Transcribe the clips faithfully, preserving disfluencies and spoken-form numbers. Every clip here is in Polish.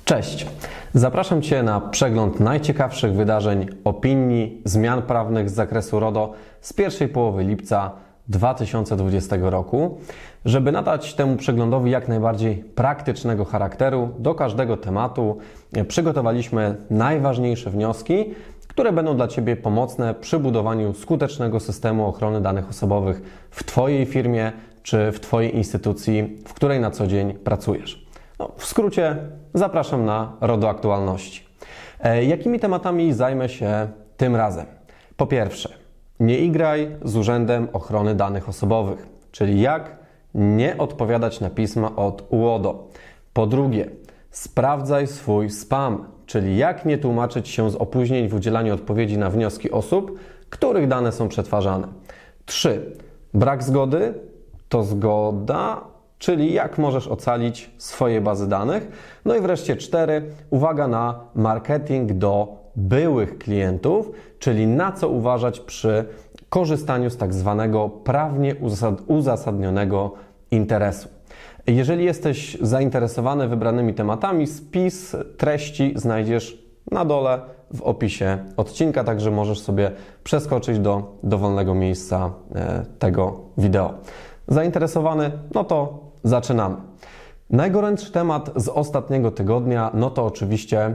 Cześć! Zapraszam Cię na przegląd najciekawszych wydarzeń, opinii, zmian prawnych z zakresu RODO z pierwszej połowy lipca dwa tysiące dwudziestego roku. Żeby nadać temu przeglądowi jak najbardziej praktycznego charakteru, do każdego tematu przygotowaliśmy najważniejsze wnioski, które będą dla Ciebie pomocne przy budowaniu skutecznego systemu ochrony danych osobowych w Twojej firmie czy w Twojej instytucji, w której na co dzień pracujesz. No, w skrócie zapraszam na RODO Aktualności. E, jakimi tematami zajmę się tym razem? Po pierwsze, nie igraj z Urzędem Ochrony Danych Osobowych, czyli jak nie odpowiadać na pisma od UODO. Po drugie, sprawdzaj swój spam, czyli jak nie tłumaczyć się z opóźnień w udzielaniu odpowiedzi na wnioski osób, których dane są przetwarzane. Trzy, brak zgody to zgoda, czyli jak możesz ocalić swoje bazy danych. No i wreszcie cztery, uwaga na marketing do byłych klientów, czyli na co uważać przy korzystaniu z tak zwanego prawnie uzasadnionego interesu. Jeżeli jesteś zainteresowany wybranymi tematami, spis treści znajdziesz na dole w opisie odcinka, także możesz sobie przeskoczyć do dowolnego miejsca tego wideo. Zainteresowany? No to zaczynamy. Najgorętszy temat z ostatniego tygodnia, no to oczywiście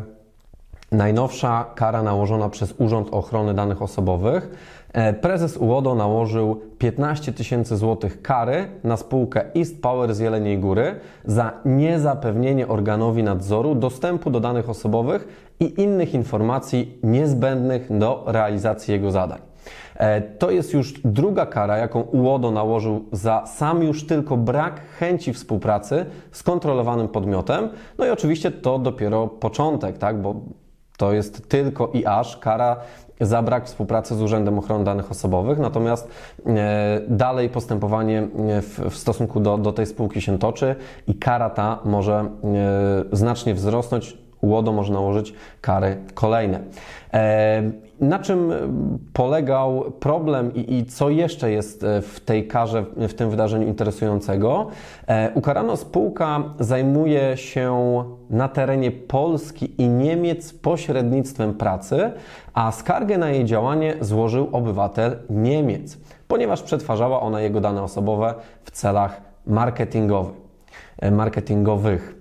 najnowsza kara nałożona przez Urząd Ochrony Danych Osobowych. Prezes UODO nałożył piętnaście tysięcy złotych kary na spółkę East Power z Jeleniej Góry za niezapewnienie organowi nadzoru dostępu do danych osobowych i innych informacji niezbędnych do realizacji jego zadań. To jest już druga kara, jaką UODO nałożył za sam już tylko brak chęci współpracy z kontrolowanym podmiotem. No i oczywiście to dopiero początek, tak? Bo to jest tylko i aż kara za brak współpracy z Urzędem Ochrony Danych Osobowych, natomiast e, dalej postępowanie w, w stosunku do, do tej spółki się toczy i kara ta może e, znacznie wzrosnąć. UODO może nałożyć kary kolejne. E, na czym polegał problem i, i co jeszcze jest w tej karze, w tym wydarzeniu interesującego? E, ukarano spółka zajmuje się na terenie Polski i Niemiec pośrednictwem pracy, a skargę na jej działanie złożył obywatel Niemiec, ponieważ przetwarzała ona jego dane osobowe w celach marketingowych. marketingowych.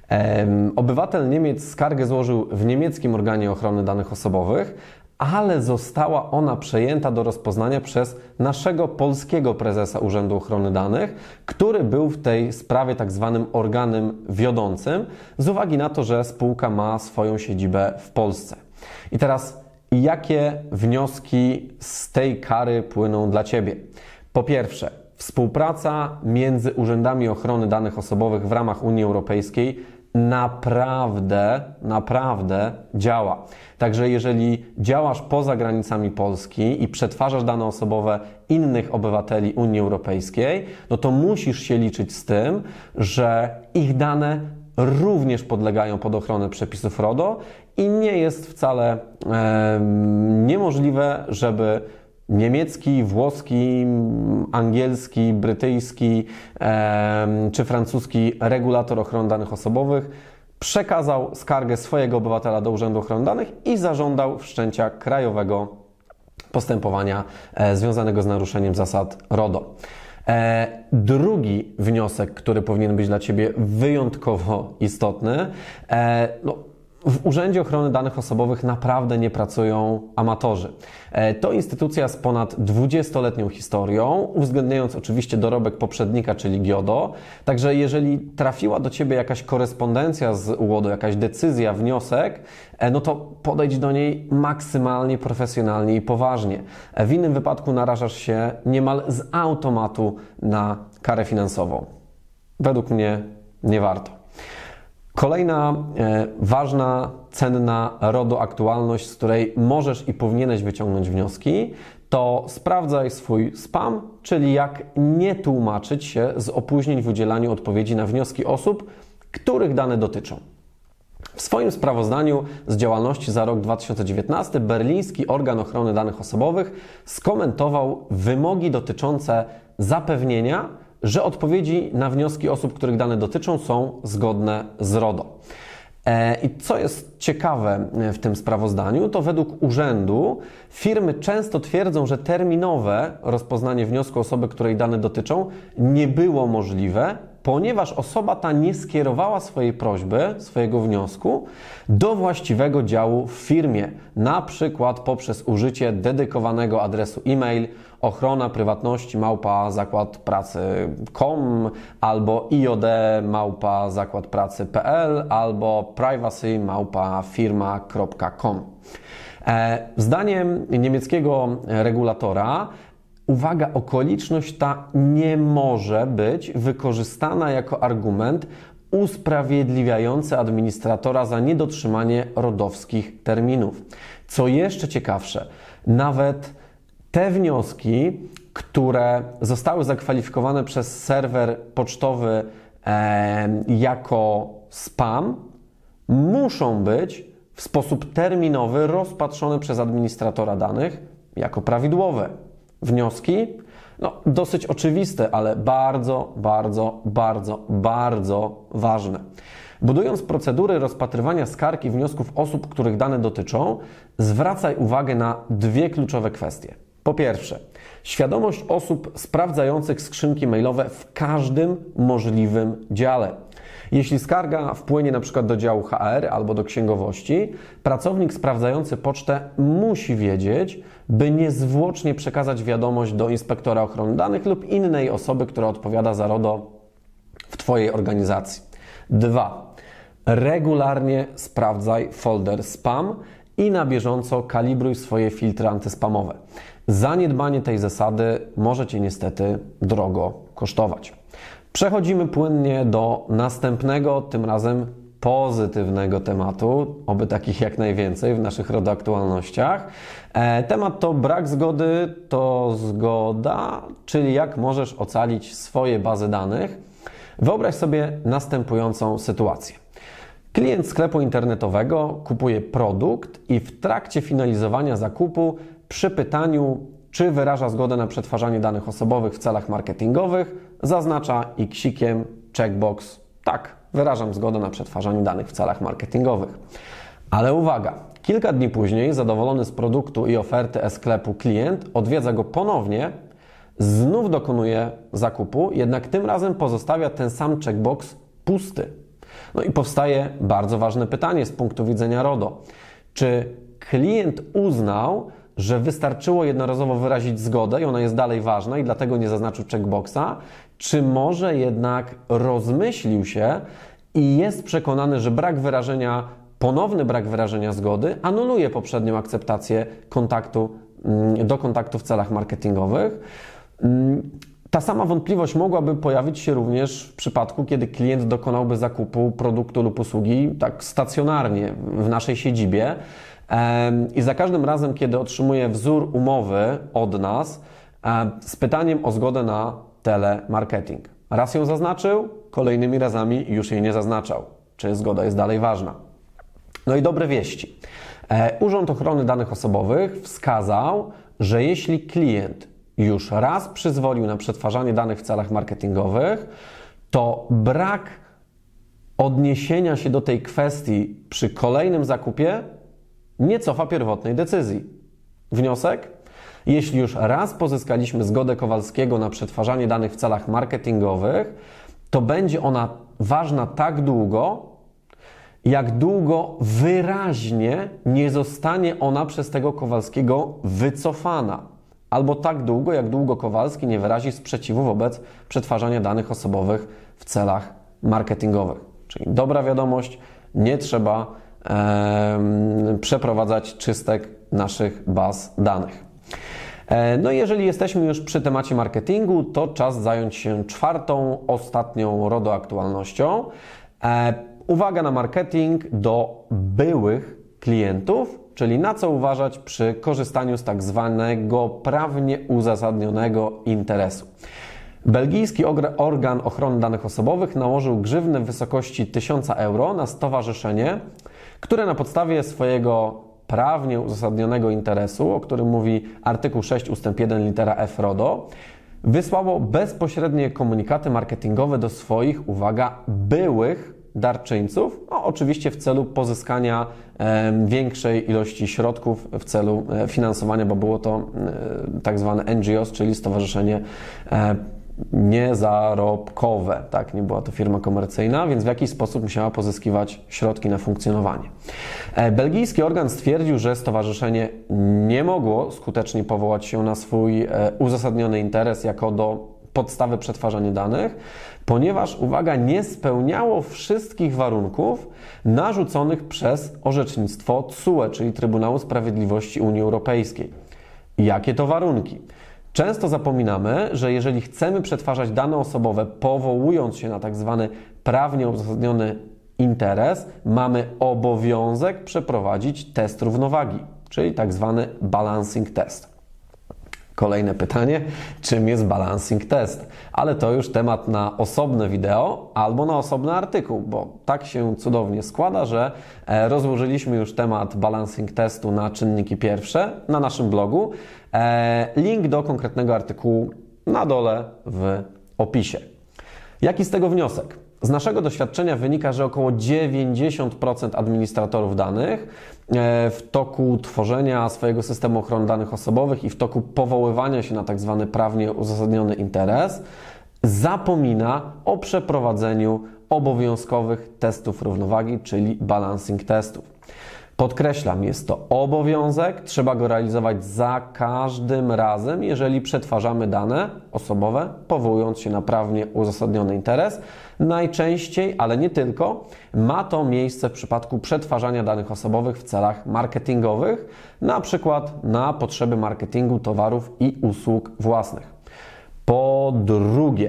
Obywatel Niemiec skargę złożył w niemieckim organie ochrony danych osobowych, ale została ona przejęta do rozpoznania przez naszego polskiego prezesa Urzędu Ochrony Danych, który był w tej sprawie tak zwanym organem wiodącym, z uwagi na to, że spółka ma swoją siedzibę w Polsce. I teraz, jakie wnioski z tej kary płyną dla Ciebie? Po pierwsze, współpraca między urzędami ochrony danych osobowych w ramach Unii Europejskiej naprawdę, naprawdę działa. Także jeżeli działasz poza granicami Polski i przetwarzasz dane osobowe innych obywateli Unii Europejskiej, no to musisz się liczyć z tym, że ich dane również podlegają pod ochronę przepisów RODO i nie jest wcale e, niemożliwe, żeby niemiecki, włoski, angielski, brytyjski e, czy francuski regulator ochrony danych osobowych przekazał skargę swojego obywatela do Urzędu Ochrony Danych i zażądał wszczęcia krajowego postępowania e, związanego z naruszeniem zasad RODO. E, drugi wniosek, który powinien być dla Ciebie wyjątkowo istotny, e, no, w Urzędzie Ochrony Danych Osobowych naprawdę nie pracują amatorzy. To instytucja z ponad dwudziestoletnią historią, uwzględniając oczywiście dorobek poprzednika, czyli GIODO. Także jeżeli trafiła do Ciebie jakaś korespondencja z UODO, jakaś decyzja, wniosek, no to podejdź do niej maksymalnie profesjonalnie i poważnie. W innym wypadku narażasz się niemal z automatu na karę finansową. Według mnie nie warto. Kolejna e, ważna, cenna RODO aktualność, z której możesz i powinieneś wyciągnąć wnioski, to sprawdzaj swój spam, czyli jak nie tłumaczyć się z opóźnień w udzielaniu odpowiedzi na wnioski osób, których dane dotyczą. W swoim sprawozdaniu z działalności za rok dwa tysiące dziewiętnasty berliński organ ochrony danych osobowych skomentował wymogi dotyczące zapewnienia, że odpowiedzi na wnioski osób, których dane dotyczą, są zgodne z RODO. I co jest ciekawe w tym sprawozdaniu, to według urzędu firmy często twierdzą, że terminowe rozpoznanie wniosku osoby, której dane dotyczą, nie było możliwe, ponieważ osoba ta nie skierowała swojej prośby, swojego wniosku do właściwego działu w firmie, na przykład poprzez użycie dedykowanego adresu e-mail ochrona prywatności małpa zakład pracy kropka com albo iod małpa zakład pracy kropka pl albo privacy małpa firma kropka com. Zdaniem niemieckiego regulatora, uwaga, okoliczność ta nie może być wykorzystana jako argument usprawiedliwiający administratora za niedotrzymanie rodowskich terminów. Co jeszcze ciekawsze, nawet te wnioski, które zostały zakwalifikowane przez serwer pocztowy e, jako spam, muszą być w sposób terminowy rozpatrzone przez administratora danych jako prawidłowe. Wnioski, no dosyć oczywiste, ale bardzo, bardzo, bardzo, bardzo ważne. Budując procedury rozpatrywania skarg i wniosków osób, których dane dotyczą, zwracaj uwagę na dwie kluczowe kwestie. Po pierwsze, świadomość osób sprawdzających skrzynki mailowe w każdym możliwym dziale. Jeśli skarga wpłynie na przykład do działu H R albo do księgowości, pracownik sprawdzający pocztę musi wiedzieć, by niezwłocznie przekazać wiadomość do inspektora ochrony danych lub innej osoby, która odpowiada za RODO w Twojej organizacji. Dwa. Regularnie sprawdzaj folder spam i na bieżąco kalibruj swoje filtry antyspamowe. Zaniedbanie tej zasady może Cię niestety drogo kosztować. Przechodzimy płynnie do następnego, tym razem pozytywnego tematu, oby takich jak najwięcej w naszych RODO aktualnościach. E, temat to brak zgody, to zgoda, czyli jak możesz ocalić swoje bazy danych. Wyobraź sobie następującą sytuację. Klient sklepu internetowego kupuje produkt i w trakcie finalizowania zakupu przy pytaniu, czy wyraża zgodę na przetwarzanie danych osobowych w celach marketingowych, zaznacza iksikiem checkbox tak, wyrażam zgodę na przetwarzanie danych w celach marketingowych. Ale uwaga, kilka dni później zadowolony z produktu i oferty e-sklepu klient odwiedza go ponownie, znów dokonuje zakupu, jednak tym razem pozostawia ten sam checkbox pusty. No i powstaje bardzo ważne pytanie z punktu widzenia RODO. Czy klient uznał, że wystarczyło jednorazowo wyrazić zgodę i ona jest dalej ważna i dlatego nie zaznaczył checkboxa, czy może jednak rozmyślił się i jest przekonany, że brak wyrażenia, ponowny brak wyrażenia zgody anuluje poprzednią akceptację kontaktu, do kontaktu w celach marketingowych. Ta sama wątpliwość mogłaby pojawić się również w przypadku, kiedy klient dokonałby zakupu produktu lub usługi tak stacjonarnie w naszej siedzibie i za każdym razem, kiedy otrzymuje wzór umowy od nas z pytaniem o zgodę na telemarketing. Raz ją zaznaczył, kolejnymi razami już jej nie zaznaczał. Czy zgoda jest dalej ważna? No i dobre wieści. Urząd Ochrony Danych Osobowych wskazał, że jeśli klient już raz przyzwolił na przetwarzanie danych w celach marketingowych, to brak odniesienia się do tej kwestii przy kolejnym zakupie nie cofa pierwotnej decyzji. Wniosek? Jeśli już raz pozyskaliśmy zgodę Kowalskiego na przetwarzanie danych w celach marketingowych, to będzie ona ważna tak długo, jak długo wyraźnie nie zostanie ona przez tego Kowalskiego wycofana. Albo tak długo, jak długo Kowalski nie wyrazi sprzeciwu wobec przetwarzania danych osobowych w celach marketingowych. Czyli dobra wiadomość, nie trzeba e, przeprowadzać czystek naszych baz danych. E, no i jeżeli jesteśmy już przy temacie marketingu, to czas zająć się czwartą, ostatnią RODO aktualnością. E, uwaga na marketing do byłych klientów, czyli na co uważać przy korzystaniu z tak zwanego prawnie uzasadnionego interesu. Belgijski organ ochrony danych osobowych nałożył grzywnę w wysokości tysiąc euro na stowarzyszenie, które na podstawie swojego prawnie uzasadnionego interesu, o którym mówi artykuł sześć ustęp jeden litera F RODO, wysłało bezpośrednie komunikaty marketingowe do swoich, uwaga, byłych darczyńców, no, oczywiście w celu pozyskania e, większej ilości środków w celu e, finansowania, bo było to e, tak zwane N G O S, czyli stowarzyszenie e, niezarobkowe, tak, nie była to firma komercyjna, więc w jakiś sposób musiała pozyskiwać środki na funkcjonowanie. Belgijski organ stwierdził, że stowarzyszenie nie mogło skutecznie powołać się na swój uzasadniony interes jako do podstawy przetwarzania danych, ponieważ, uwaga, nie spełniało wszystkich warunków narzuconych przez orzecznictwo T S U E, czyli Trybunału Sprawiedliwości Unii Europejskiej. Jakie to warunki? Często zapominamy, że jeżeli chcemy przetwarzać dane osobowe, powołując się na tak zwany prawnie uzasadniony interes, mamy obowiązek przeprowadzić test równowagi, czyli tak zwany balancing test. Kolejne pytanie, czym jest balancing test? Ale to już temat na osobne wideo albo na osobny artykuł, bo tak się cudownie składa, że rozłożyliśmy już temat balancing testu na czynniki pierwsze na naszym blogu. Link do konkretnego artykułu na dole w opisie. Jaki z tego wniosek? Z naszego doświadczenia wynika, że około dziewięćdziesiąt procent administratorów danych w toku tworzenia swojego systemu ochrony danych osobowych i w toku powoływania się na tak zwany prawnie uzasadniony interes zapomina o przeprowadzeniu obowiązkowych testów równowagi, czyli balancing testów. Podkreślam, jest to obowiązek, trzeba go realizować za każdym razem, jeżeli przetwarzamy dane osobowe, powołując się na prawnie uzasadniony interes. Najczęściej, ale nie tylko, ma to miejsce w przypadku przetwarzania danych osobowych w celach marketingowych, na przykład na potrzeby marketingu towarów i usług własnych. Po drugie,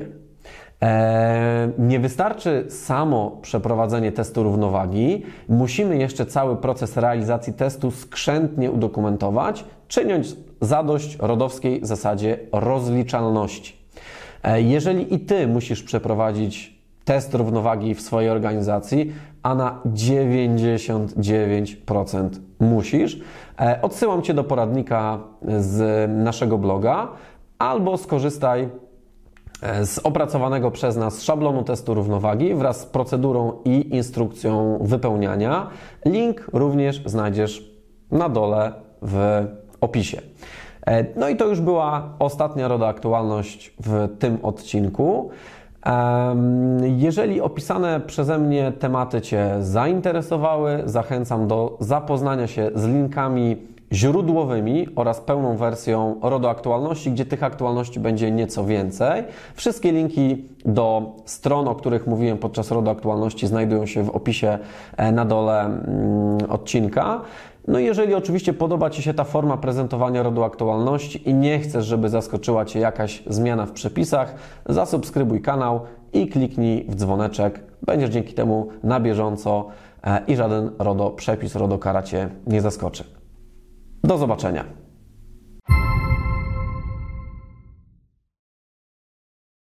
Eee, nie wystarczy samo przeprowadzenie testu równowagi, musimy jeszcze cały proces realizacji testu skrzętnie udokumentować, czyniąc zadość rodowskiej zasadzie rozliczalności. Eee, jeżeli i Ty musisz przeprowadzić test równowagi w swojej organizacji, a na dziewięćdziesiąt dziewięć procent musisz, eee, odsyłam Cię do poradnika z naszego bloga albo skorzystaj z opracowanego przez nas szablonu testu równowagi wraz z procedurą i instrukcją wypełniania. Link również znajdziesz na dole w opisie. No i to już była ostatnia RODO aktualność w tym odcinku. Jeżeli opisane przeze mnie tematy Cię zainteresowały, zachęcam do zapoznania się z linkami źródłowymi oraz pełną wersją RODO aktualności, gdzie tych aktualności będzie nieco więcej. Wszystkie linki do stron, o których mówiłem podczas RODO aktualności, znajdują się w opisie na dole odcinka. No i jeżeli oczywiście podoba Ci się ta forma prezentowania RODO aktualności i nie chcesz, żeby zaskoczyła Cię jakaś zmiana w przepisach, zasubskrybuj kanał i kliknij w dzwoneczek. Będziesz dzięki temu na bieżąco i żaden RODO przepis, RODO kara Cię nie zaskoczy. Do zobaczenia.